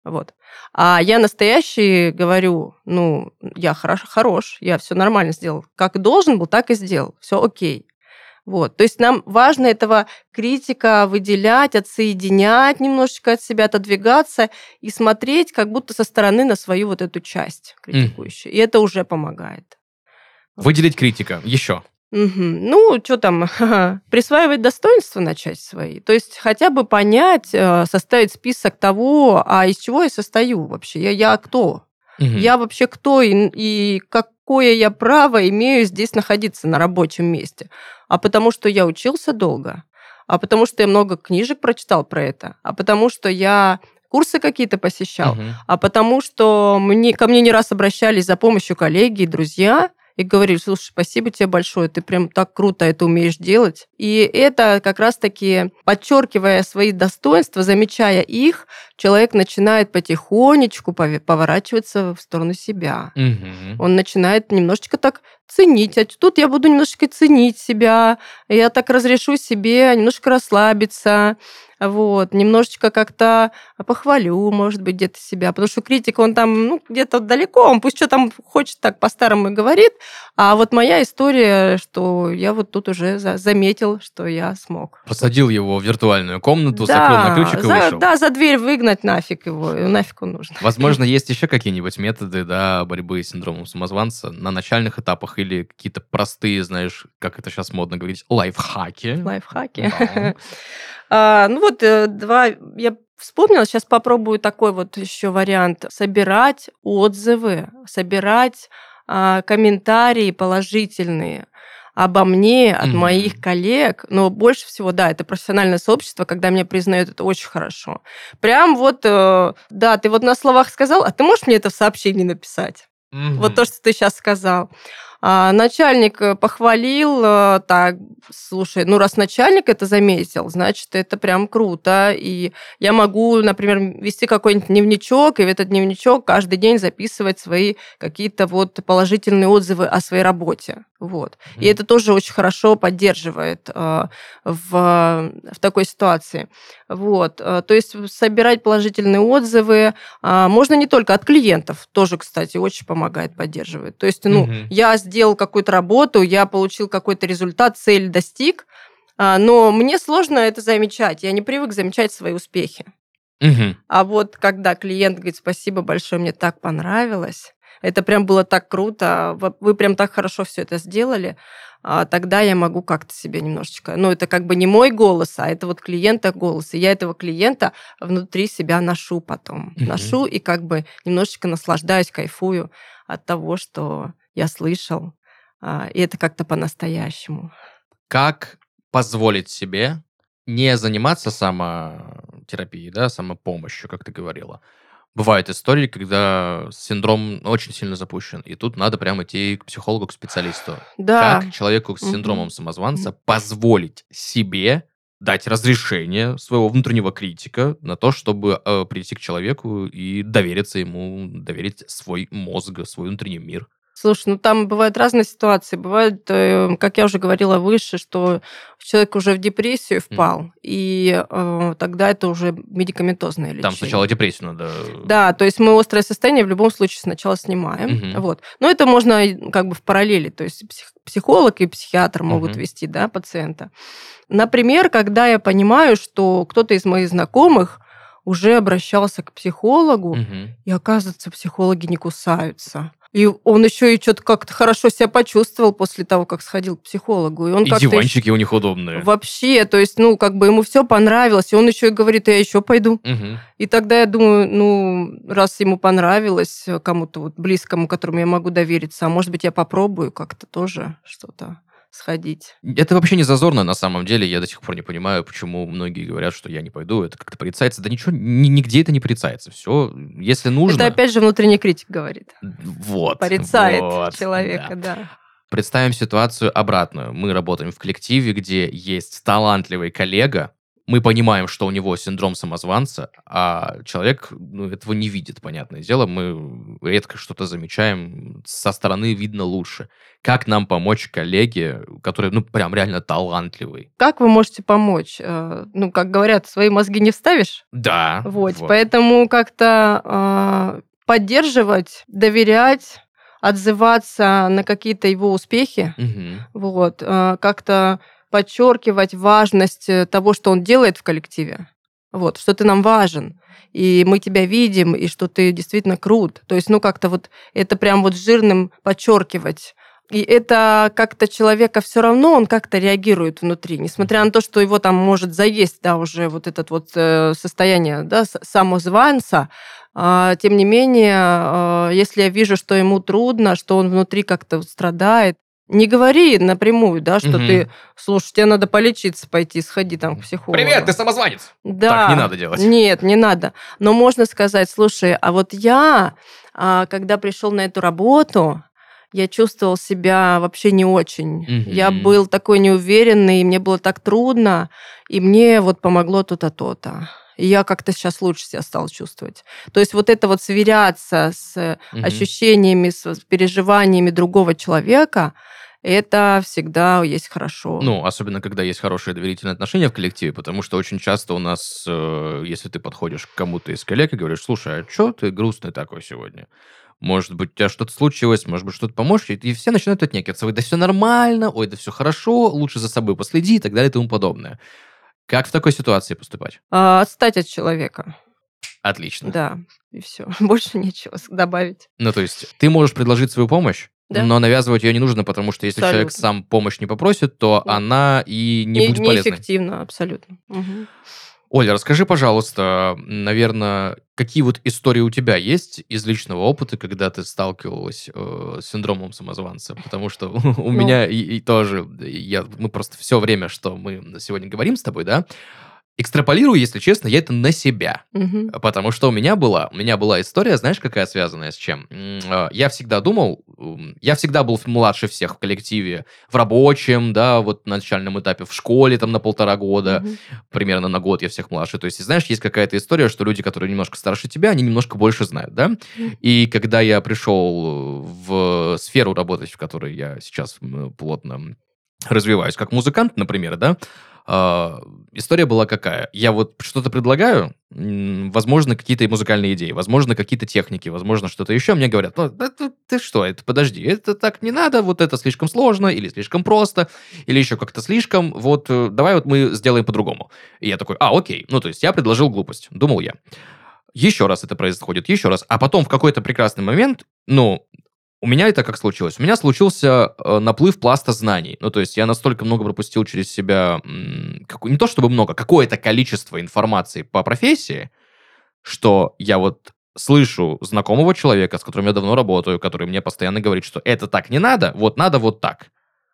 B: Вот. А я настоящий говорю, ну, я хорош, хорош, я все нормально сделал. Как должен был, так и сделал. Все окей. Вот. То есть нам важно этого критика выделять, отсоединять немножечко от себя, отодвигаться и смотреть как будто со стороны на свою вот эту часть критикующую. Mm. И это уже помогает.
A: Выделить критика. Еще.
B: Угу. Ну, что там, присваивать достоинства на часть свои. То есть хотя бы понять, составить список того, а из чего я состою вообще. Я, я кто? Угу. Я вообще кто и, и какое я право имею здесь находиться на рабочем месте? А потому что я учился долго, а потому что я много книжек прочитал про это, а потому что я курсы какие-то посещал, угу. а потому что мне, ко мне не раз обращались за помощью коллеги и друзья, и говорили, слушай, спасибо тебе большое, ты прям так круто это умеешь делать. И это как раз-таки, подчеркивая свои достоинства, замечая их, человек начинает потихонечку поворачиваться в сторону себя. Угу. Он начинает немножечко так ценить. А тут я буду немножечко ценить себя, я так разрешу себе немножко расслабиться, вот, немножечко как-то похвалю, может быть, где-то себя, потому что критик, он там, ну, где-то далеко, он пусть что там хочет, так по-старому и говорит, а вот моя история, что я вот тут уже за- заметил, что я смог.
A: Посадил его в виртуальную комнату,
B: да,
A: закрыл на ключик и
B: за,
A: вышел.
B: Да, за дверь выгнать нафиг его, нафиг он нужен.
A: Возможно, есть еще какие-нибудь методы, да, борьбы с синдромом самозванца на начальных этапах или какие-то простые, знаешь, как это сейчас модно говорить, лайфхаки.
B: Лайфхаки. А, ну вот два, я вспомнила, сейчас попробую такой вот еще вариант. Собирать отзывы, собирать а, комментарии положительные обо мне от mm-hmm. моих коллег. Но больше всего, да, это профессиональное сообщество, когда меня признают, это очень хорошо. Прям вот, да, ты вот на словах сказал, а ты можешь мне это в сообщении написать? Mm-hmm. Вот то, что ты сейчас сказал. А, начальник похвалил, так, слушай, ну раз начальник это заметил, значит, это прям круто. И я могу, например, вести какой-нибудь дневничок, и в этот дневничок каждый день записывать свои какие-то вот положительные отзывы о своей работе. Вот. Mm-hmm. И это тоже очень хорошо поддерживает а, в, в такой ситуации. Вот. То есть собирать положительные отзывы а, можно не только от клиентов, тоже, кстати, очень помогает, поддерживает. То есть, ну, mm-hmm. я сделал какую-то работу, я получил какой-то результат, цель достиг, но мне сложно это замечать. Я не привык замечать свои успехи. Угу. А вот когда клиент говорит, спасибо большое, мне так понравилось, это прям было так круто, вы прям так хорошо все это сделали, тогда я могу как-то себе немножечко... Ну, это как бы не мой голос, а это вот клиента голос. И я этого клиента внутри себя ношу потом. Угу. Ношу и как бы немножечко наслаждаюсь, кайфую от того, что я слышал. И это как-то по-настоящему.
A: Как позволить себе не заниматься самотерапией, да, самопомощью, как ты говорила? Бывают истории, когда синдром очень сильно запущен, и тут надо прямо идти к психологу, к специалисту.
B: Да.
A: Как человеку с синдромом mm-hmm. самозванца mm-hmm. позволить себе дать разрешение своего внутреннего критика на то, чтобы э, прийти к человеку и довериться ему, доверить свой мозг, свой внутренний мир?
B: Слушай, ну там бывают разные ситуации. Бывает, как я уже говорила выше, что человек уже в депрессию впал, mm. и э, тогда это уже медикаментозное лечение.
A: Там сначала депрессию надо...
B: Да, то есть мы острое состояние в любом случае сначала снимаем. Mm-hmm. Вот. Но это можно как бы в параллели. То есть психолог и психиатр могут mm-hmm. вести, да, пациента. Например, когда я понимаю, что кто-то из моих знакомых уже обращался к психологу, mm-hmm. и, оказывается, психологи не кусаются. И он еще и что-то как-то хорошо себя почувствовал после того, как сходил к психологу. И, он
A: и диванчики у них удобные.
B: Вообще, то есть, ну, как бы ему все понравилось. И он еще и говорит, я еще пойду.
A: Угу.
B: И тогда я думаю, ну, раз ему понравилось, кому-то вот близкому, которому я могу довериться, а может быть, я попробую как-то тоже что-то сходить.
A: Это вообще не зазорно, на самом деле. Я до сих пор не понимаю, почему многие говорят, что я не пойду, это как-то порицается. Да ничего, ни, нигде это не порицается. Все, если нужно...
B: Это опять же внутренний критик говорит.
A: Вот.
B: Порицает
A: вот,
B: человека, да.
A: да. Представим ситуацию обратную. Мы работаем в коллективе, где есть талантливый коллега, мы понимаем, что у него синдром самозванца, а человек ну, этого не видит, понятное дело. Мы редко что-то замечаем, со стороны видно лучше. Как нам помочь коллеге, который, ну, прям реально талантливый?
B: Как вы можете помочь? Э, Ну, как говорят, свои мозги не вставишь.
A: Да.
B: Вот,
A: вот.
B: поэтому как-то э, поддерживать, доверять, отзываться на какие-то его успехи,
A: Мгм.
B: вот, э, как-то подчеркивать важность э, того, что он делает в коллективе, вот, что ты нам важен, и мы тебя видим, и что ты действительно крут. То есть, ну, как-то вот это прям вот жирным подчеркивать. И это как-то человека все равно, он как-то реагирует внутри, несмотря на то, что его там может заесть, да, уже вот это вот э, состояние, да, с- самозванца, а, тем не менее, а, если я вижу, что ему трудно, что он внутри как-то вот страдает, не говори напрямую, да, что
A: Мгм.
B: ты, слушай, тебе надо полечиться пойти, сходи там к психологу.
A: Привет, ты самозванец!
B: Да.
A: Так не надо делать.
B: Нет, не надо. Но можно сказать, слушай, а вот я, а, когда пришел на эту работу, я чувствовал себя вообще не очень.
A: Мгм.
B: Я был такой неуверенный, мне было так трудно, и мне вот помогло то-то, то-то. И я как-то сейчас лучше себя стал чувствовать. То есть вот это вот сверяться с
A: Мгм.
B: ощущениями, с с переживаниями другого человека, это всегда есть хорошо.
A: Ну, особенно, когда есть хорошие доверительные отношения в коллективе, потому что очень часто у нас, э, если ты подходишь к кому-то из коллег и говоришь, слушай, а что ты грустный такой сегодня? Может быть, у тебя что-то случилось, может быть, что-то поможешь, и, и все начинают отнекиваться. Ой, да все нормально, ой, да все хорошо, лучше за собой последи и так далее и тому подобное. Как в такой ситуации поступать?
B: А, отстать от человека.
A: Отлично.
B: Да, и все. Больше нечего с- добавить.
A: Ну, то есть, ты можешь предложить свою помощь,
B: Да.
A: но навязывать ее не нужно, потому что если человек
B: Абсолютно.
A: сам помощь не попросит, то
B: Да.
A: она и не, будет полезной.
B: Неэффективно, абсолютно. Мгм.
A: Оля, расскажи, пожалуйста, наверное, какие вот истории у тебя есть из личного опыта, когда ты сталкивалась э, с синдромом самозванца? Потому что у
B: Ну.
A: меня и, и тоже, я, мы просто все время, что мы сегодня говорим с тобой, да, экстраполирую, если честно, я это на себя.
B: Мгм.
A: Потому что у меня была, у меня была история, знаешь, какая связанная с чем? М, э, Я всегда думал, м, я всегда был младше всех в коллективе, в рабочем, да, вот на начальном этапе, в школе там на полтора года,
B: Мгм.
A: примерно на год я всех младше. То есть, знаешь, есть какая-то история, что люди, которые немножко старше тебя, они немножко больше знают, да?
B: Мгм.
A: И когда я пришел в сферу работать, в которой я сейчас м, плотно развиваюсь, как музыкант, например, да, а, история была какая? Я вот что-то предлагаю, м, возможно, какие-то музыкальные идеи, возможно, какие-то техники, возможно, что-то еще. Мне говорят, ну, да ты, ты что, это подожди, это так не надо, вот это слишком сложно, или слишком просто, или еще как-то слишком, вот э, давай вот мы сделаем по-другому. И я такой, а, окей, ну, то есть я предложил глупость, думал я. Еще раз это происходит, еще раз. А потом в какой-то прекрасный момент, ну, у меня это как случилось? У меня случился э, наплыв пласта знаний. Ну, то есть я настолько много пропустил через себя, м, каку- не то чтобы много, какое-то количество информации по профессии, что я вот слышу знакомого человека, с которым я давно работаю, который мне постоянно говорит, что это так не надо, вот надо вот так.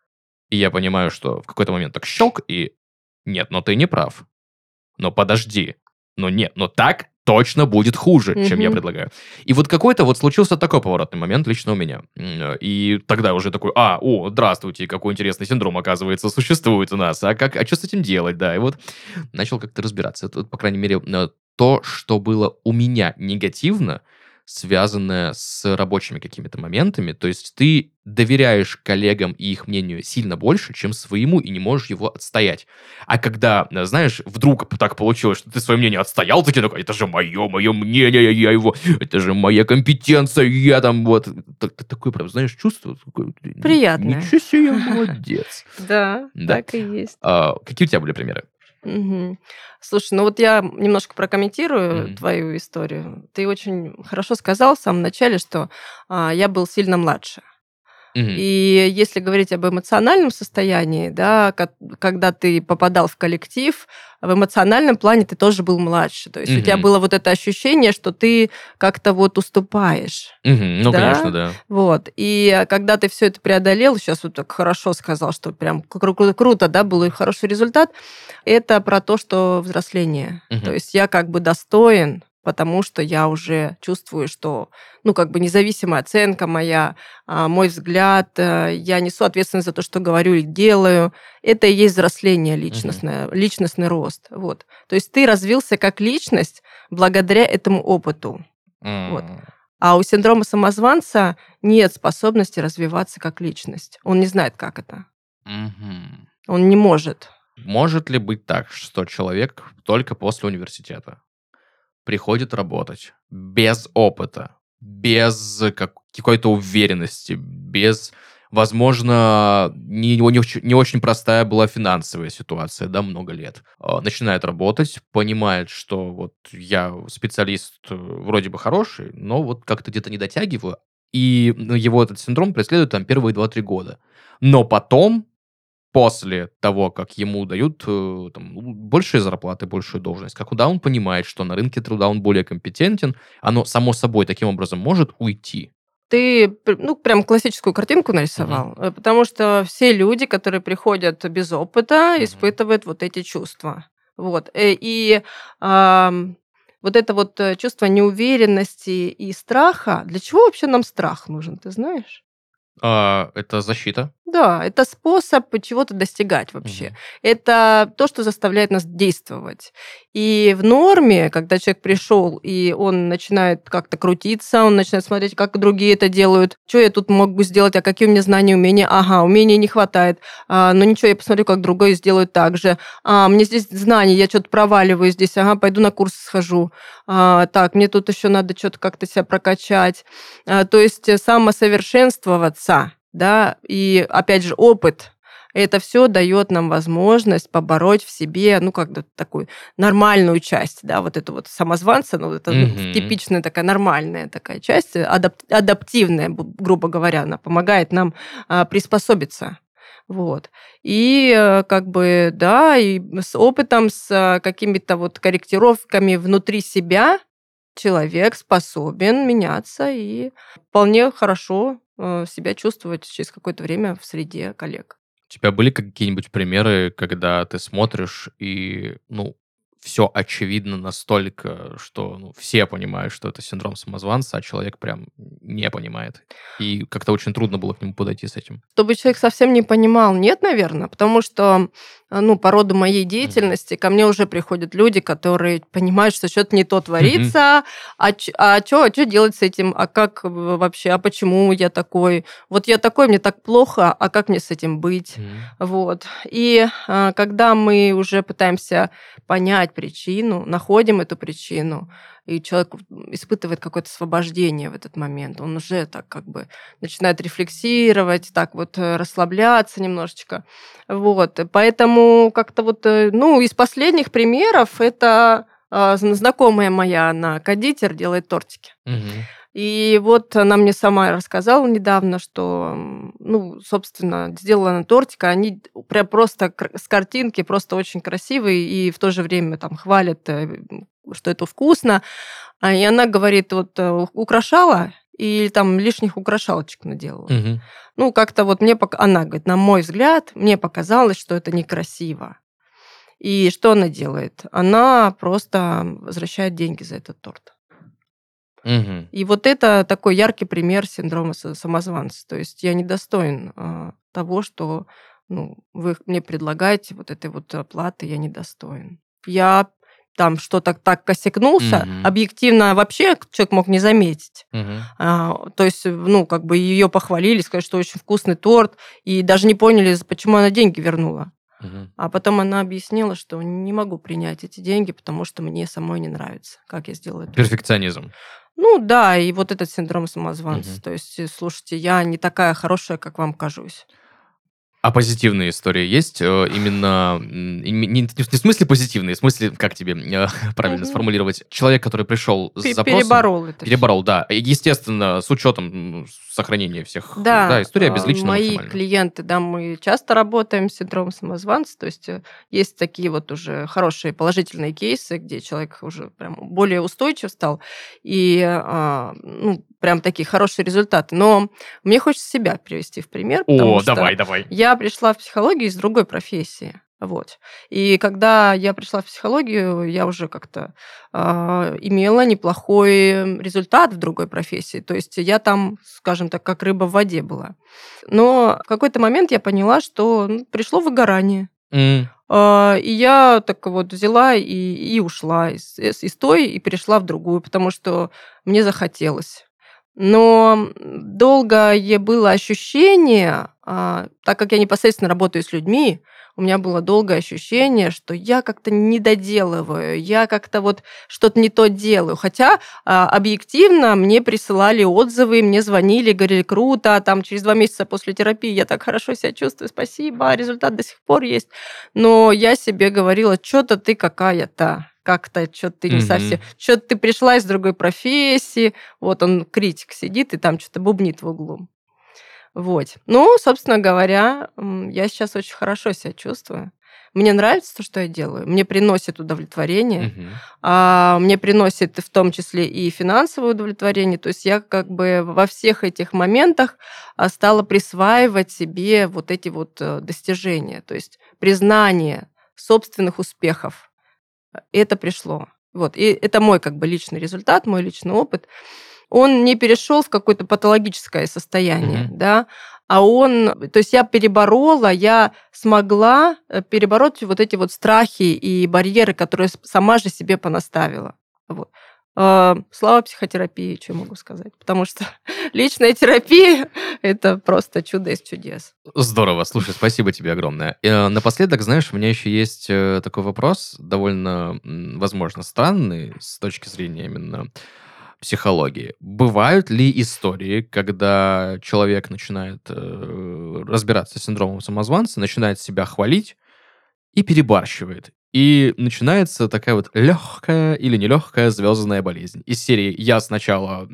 A: И я понимаю, что в какой-то момент так щелк, и нет, но ты не прав. Но подожди. Но нет, но так точно будет хуже, чем я
B: Мгм.
A: предлагаю. И вот какой-то вот случился такой поворотный момент лично у меня. М, И тогда уже такой, а, о, здравствуйте, какой интересный синдром, оказывается, существует у нас. А как, а что с этим делать, да? И вот начал как-то разбираться. Это, по крайней мере, э, то, что было у меня негативно, связанное с рабочими какими-то моментами. То есть ты доверяешь коллегам и их мнению сильно больше, чем своему, и не можешь его отстоять. А когда, э, знаешь, вдруг так получилось, что ты свое мнение отстоял, ты такой, это же мое, мое мнение, я его, это же моя компетенция, я там вот... Так- Такое, прям, знаешь, чувство. такое,
B: Приятное.
A: Ничего себе, я молодец.
B: Да,
A: Да.
B: так и есть.
A: А, какие у тебя были примеры?
B: Мгм. Слушай, ну вот я немножко прокомментирую
A: Мгм.
B: твою историю. Ты очень хорошо сказал в самом начале, что а, я был сильно младше.
A: Мгм.
B: И если говорить об эмоциональном состоянии, да, ко- когда ты попадал в коллектив, в эмоциональном плане ты тоже был младше. То есть у тебя
A: Мгм.
B: было вот это ощущение, что ты как-то вот уступаешь.
A: Мгм. Ну,
B: Да?
A: конечно, да.
B: Вот. И когда ты все это преодолел, сейчас вот так хорошо сказал, что прям кру- кру- круто, да, был и хороший результат, это про то, что взросление.
A: Мгм.
B: То есть я как бы достоин потому что я уже чувствую, что, ну, как бы независимая оценка моя, а, мой взгляд, а, я несу ответственность за то, что говорю и делаю. Это и есть взросление личностное, угу. личностный рост. Вот. То есть ты развился как личность благодаря этому опыту. Mm. Вот. А у синдрома самозванца нет способности развиваться как личность. Он не знает, как это.
A: Mm-hmm.
B: Он не может.
A: Может ли быть так, что человек только после университета приходит работать без опыта, без какой-то уверенности, без, возможно, не, не, очень, не очень простая была финансовая ситуация, да, много лет. Начинает работать, понимает, что вот я специалист вроде бы хороший, но вот как-то где-то не дотягиваю, и его этот синдром преследует там первые два-три года. Но потом, после того, как ему дают там, большие зарплаты, большую должность, когда он понимает, что на рынке труда он более компетентен, оно само собой таким образом может уйти.
B: Ты, ну, прям классическую картинку нарисовал, uh-huh. потому что все люди, которые приходят без опыта, uh-huh. испытывают вот эти чувства. Вот. И а, вот это вот чувство неуверенности и страха, для чего вообще нам страх нужен, ты знаешь?
A: А, это защита.
B: Да, это способ чего-то достигать вообще. Угу. Это то, что заставляет нас действовать. И в норме, когда человек пришел, и он начинает как-то крутиться, он начинает смотреть, как другие это делают, что я тут мог бы сделать, а какие у меня знания, умения, ага, умений не хватает, а, ну ничего, я посмотрю, как другой сделает так же, а, мне здесь знаний, я что-то проваливаю здесь, ага, пойду на курс схожу, а, так, мне тут еще надо что-то как-то себя прокачать. А, то есть самосовершенствоваться, да, и, опять же, опыт, это все дает нам возможность побороть в себе, ну, как-то такую нормальную часть, да, вот эту вот самозванца, ну, это mm-hmm. типичная такая нормальная такая часть, адап- адаптивная, грубо говоря, она помогает нам а, приспособиться. Вот. И как бы, да, и с опытом, с какими-то вот корректировками внутри себя человек способен меняться и вполне хорошо себя чувствовать через какое-то время в среде коллег.
A: У тебя были какие-нибудь примеры, когда ты смотришь и, ну, все очевидно настолько, что ну, все понимают, что это синдром самозванца, а человек прям не понимает. И как-то очень трудно было к нему подойти с этим.
B: Чтобы человек совсем не понимал, нет, наверное, потому что, ну, по роду моей деятельности mm-hmm. ко мне уже приходят люди, которые понимают, что что-то не то творится, mm-hmm. а, а что а делать с этим, а как вообще, а почему я такой, вот я такой, мне так плохо, а как мне с этим быть, mm-hmm. вот. И а, когда мы уже пытаемся понять причину, находим эту причину, и человек испытывает какое-то освобождение в этот момент. Он уже так как бы начинает рефлексировать, так вот расслабляться немножечко. Вот. Поэтому как-то вот, ну, из последних примеров это знакомая моя, она кондитер, делает тортики.
A: Угу.
B: И вот она мне сама рассказала недавно, что, ну, собственно, сделала она тортик, они прям просто с картинки просто очень красивые и в то же время там хвалят, что это вкусно. И она говорит, вот украшала и там лишних украшалочек наделала.
A: Угу.
B: Ну, как-то вот мне, она говорит, на мой взгляд, мне показалось, что это некрасиво. И что она делает? Она просто возвращает деньги за этот торт.
A: Угу.
B: И вот это такой яркий пример синдрома самозванца. То есть я недостоин а, того, что ну, вы мне предлагаете вот этой вот оплаты, я недостоин. Я там что-то так косякнулся, угу. объективно вообще человек мог не заметить.
A: Угу.
B: А, то есть, ну, как бы ее похвалили, сказали, что очень вкусный торт, и даже не поняли, почему она деньги вернула.
A: Угу.
B: А потом она объяснила, что не могу принять эти деньги, потому что мне самой не нравится, как я сделала это.
A: Перфекционизм.
B: Ну да, и вот этот синдром самозванца.
A: Угу.
B: То есть, слушайте, я не такая хорошая, как вам кажусь.
A: А позитивные истории есть? Именно не, не в смысле позитивные, в смысле, как тебе правильно угу. сформулировать? Человек, который пришел с
B: Ты
A: запросом...
B: Переборол это.
A: Переборол, да. Естественно, с учетом сохранения всех...
B: Да,
A: да история безличная
B: мои
A: максимально.
B: клиенты, да, мы часто работаем с синдромом самозванца, то есть есть такие вот уже хорошие положительные кейсы, где человек уже прям более устойчив стал, и ну, прям такие хорошие результаты. Но мне хочется себя привести в пример, потому
A: О,
B: что
A: давай, давай.
B: я пришла в психологию из другой профессии. Вот. И когда я пришла в психологию, я уже как-то э, имела неплохой результат в другой профессии. То есть я там, скажем так, как рыба в воде была. Но в какой-то момент я поняла, что ну, пришло выгорание.
A: Mm.
B: Э, и я так вот взяла и, и ушла из, из той и перешла в другую, потому что мне захотелось. Но долгое было ощущение, э, так как я непосредственно работаю с людьми, у меня было долгое ощущение, что я как-то не доделываю, я как-то вот что-то не то делаю. Хотя а, объективно мне присылали отзывы, мне звонили, говорили, круто, там через два месяца после терапии я так хорошо себя чувствую, спасибо, результат до сих пор есть. Но я себе говорила, что-то ты какая-то, как-то что-то ты не
A: Мгм.
B: совсем, что-то ты пришла из другой профессии, вот он, критик, сидит и там что-то бубнит в углу. Вот. Ну, собственно говоря, м, я сейчас очень хорошо себя чувствую. Мне нравится то, что я делаю. Мне приносит удовлетворение.
A: Мгм.
B: А, мне приносит в том числе и финансовое удовлетворение. То есть я как бы во всех этих моментах а, стала присваивать себе вот эти вот э, достижения. То есть признание собственных успехов. Это пришло. Вот. И это мой как бы личный результат, мой личный опыт. Он не перешел в какое-то патологическое состояние,
A: Мгм.
B: да, а он, то есть я переборола, я смогла э, перебороть вот эти вот страхи и барьеры, которые с- сама же себе понаставила. Вот. Э, Слава психотерапии, что могу сказать, потому что личная терапия– это просто чудо из чудес.
A: Здорово, слушай, спасибо тебе огромное. Э, Напоследок, знаешь, у меня еще есть э, такой вопрос, довольно, м, возможно, странный с точки зрения именно психологии. Бывают ли истории, когда человек начинает э, разбираться с синдромом самозванца, начинает себя хвалить и перебарщивает? И начинается такая вот легкая или нелегкая звездная болезнь. Из серии «Я сначала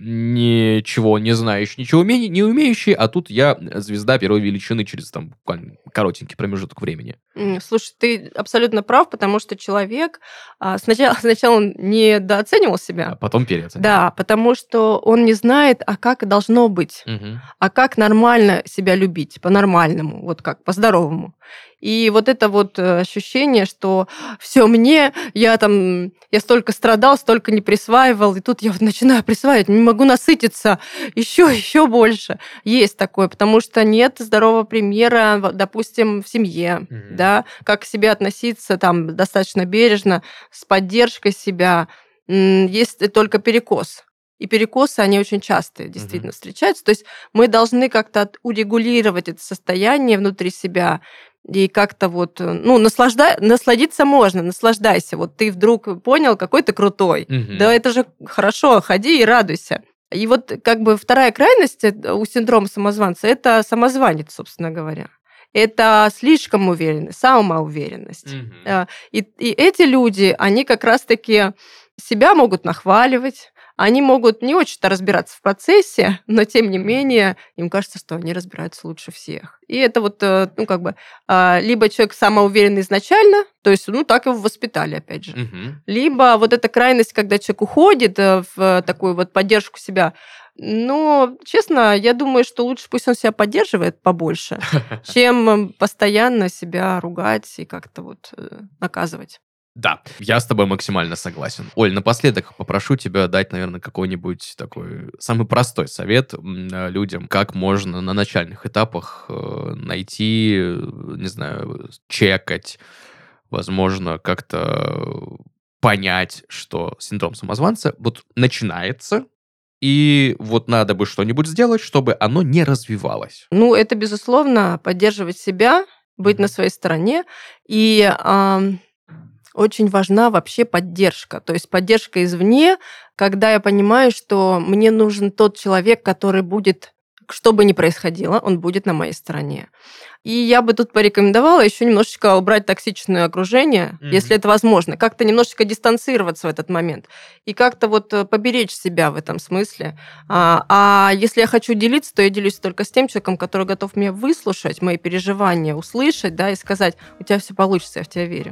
A: ничего не знающий, ничего уме- не умеющий, а тут я звезда первой величины через там буквально коротенький промежуток времени».
B: М, Слушай, ты абсолютно прав, потому что человек а, сначала, сначала он недооценивал себя,
A: А потом переоценил.
B: да, потому что он не знает, а как должно быть.
A: Мгм.
B: А как нормально себя любить, по-нормальному, вот как, по-здоровому. И вот это вот э, ощущение, что все мне, я там, я столько страдал, столько не присваивал, и тут я вот начинаю присваивать, не могу насытиться еще, еще больше. Есть такое, потому что нет здорового примера, вот, допустим, в семье,
A: Мгм.
B: да, как к себе относиться там достаточно бережно, с поддержкой себя. М, Есть только перекос. И перекосы, они очень часто действительно
A: Мгм.
B: встречаются. То есть мы должны как-то от- урегулировать это состояние внутри себя и как-то вот, э, ну, наслажда... насладиться можно, наслаждайся. Вот ты вдруг понял, какой ты крутой.
A: Мгм.
B: Да это же хорошо, ходи и радуйся. И вот как бы вторая крайность э, у синдрома самозванца– это самозванец, собственно говоря. Это слишком уверенность, самоуверенность.
A: Мгм.
B: Э, И, и эти люди, они как раз-таки себя могут нахваливать, они могут не очень-то разбираться в процессе, но тем не менее им кажется, что они разбираются лучше всех. И это вот, э, ну, как бы, а, либо человек самоуверенный изначально, то есть, ну, так его воспитали, опять же.
A: Мгм.
B: Либо вот эта крайность, когда человек уходит э, в такую вот поддержку себя. Но, честно, я думаю, что лучше пусть он себя поддерживает побольше, чем м, постоянно себя ругать и как-то вот э, наказывать.
A: Да, я с тобой максимально согласен. Оль, напоследок попрошу тебя дать, наверное, какой-нибудь такой самый простой совет м, э, людям, как можно на начальных этапах э, найти, э, не знаю, чекать, возможно, как-то понять, что синдром самозванца вот начинается, и вот надо бы что-нибудь сделать, чтобы оно не развивалось.
B: Ну, это, безусловно, поддерживать себя, быть на
A: Мгм.
B: своей стороне. И ам, очень важна вообще поддержка. То есть поддержка извне, когда я понимаю, что мне нужен тот человек, который будет, что бы ни происходило, он будет на моей стороне. И я бы тут порекомендовала еще немножечко убрать токсичное окружение,
A: Мгм.
B: если это возможно, как-то немножечко дистанцироваться в этот момент и как-то вот э, поберечь себя в этом смысле. А, а если я хочу делиться, то я делюсь только с тем человеком, который готов меня выслушать, мои переживания, услышать, да, и сказать, у тебя все получится, я в тебя верю.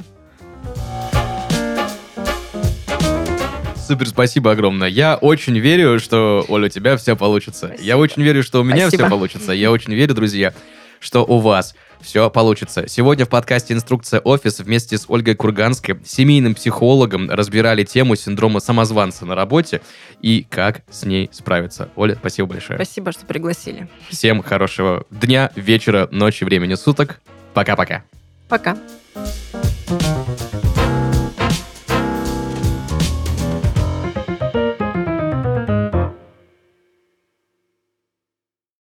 A: Супер, спасибо огромное. Я очень верю, что, Оля, у тебя все получится.
B: Спасибо.
A: Я очень верю, что у меня все
B: Спасибо.
A: получится. Я очень верю, друзья. что у вас все получится. Сегодня в подкасте «Инструкция офис» вместе с Ольгой Курганской, семейным психологом, разбирали тему синдрома самозванца на работе и как с ней справиться. Оля, спасибо большое.
B: Спасибо, что пригласили.
A: Всем хорошего дня, вечера, ночи, времени суток. Пока-пока.
B: Пока.
A: Пока.